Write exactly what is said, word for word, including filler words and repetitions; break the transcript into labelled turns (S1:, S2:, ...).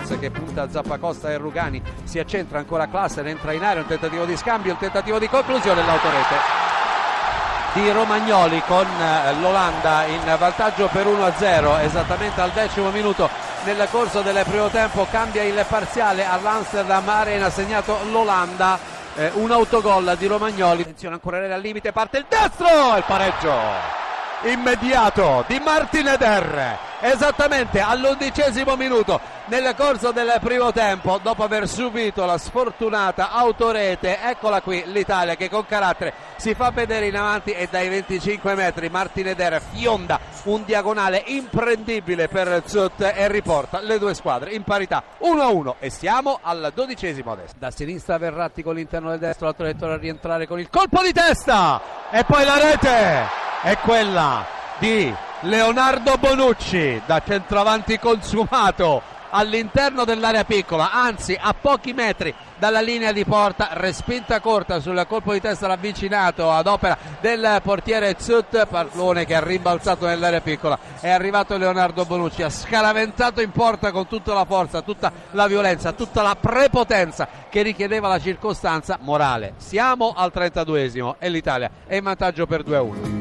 S1: Schulz che punta a Zappacosta e Rugani, si accentra ancora Klaassen, entra in area, un tentativo di scambio, un tentativo di conclusione, l'autorete di Romagnoli con l'Olanda in vantaggio per uno a zero esattamente al decimo minuto. Nel corso del primo tempo cambia il parziale all'Amsterdam Arena, segnato l'Olanda, eh, un autogol di Romagnoli. Attenzione, ancora al limite, parte il destro, il pareggio immediato di Martin Eder esattamente all'undicesimo minuto nel corso del primo tempo, dopo aver subito la sfortunata autorete. Eccola qui l'Italia che con carattere si fa vedere in avanti e dai venticinque metri Martin Eder fionda un diagonale imprendibile per Zut e riporta le due squadre in parità uno a uno e siamo al dodicesimo adesso. Da sinistra Verratti con l'interno del destro, l'altro torna a rientrare con il colpo di testa e poi la rete è quella di Leonardo Bonucci da centravanti consumato all'interno dell'area piccola, anzi a pochi metri dalla linea di porta, respinta corta sul colpo di testa ravvicinato ad opera del portiere Zut, pallone che ha rimbalzato nell'area piccola. È arrivato Leonardo Bonucci, ha scaraventato in porta con tutta la forza, tutta la violenza, tutta la prepotenza che richiedeva la circostanza morale. Siamo al trentaduesimo e l'Italia è in vantaggio per due a uno.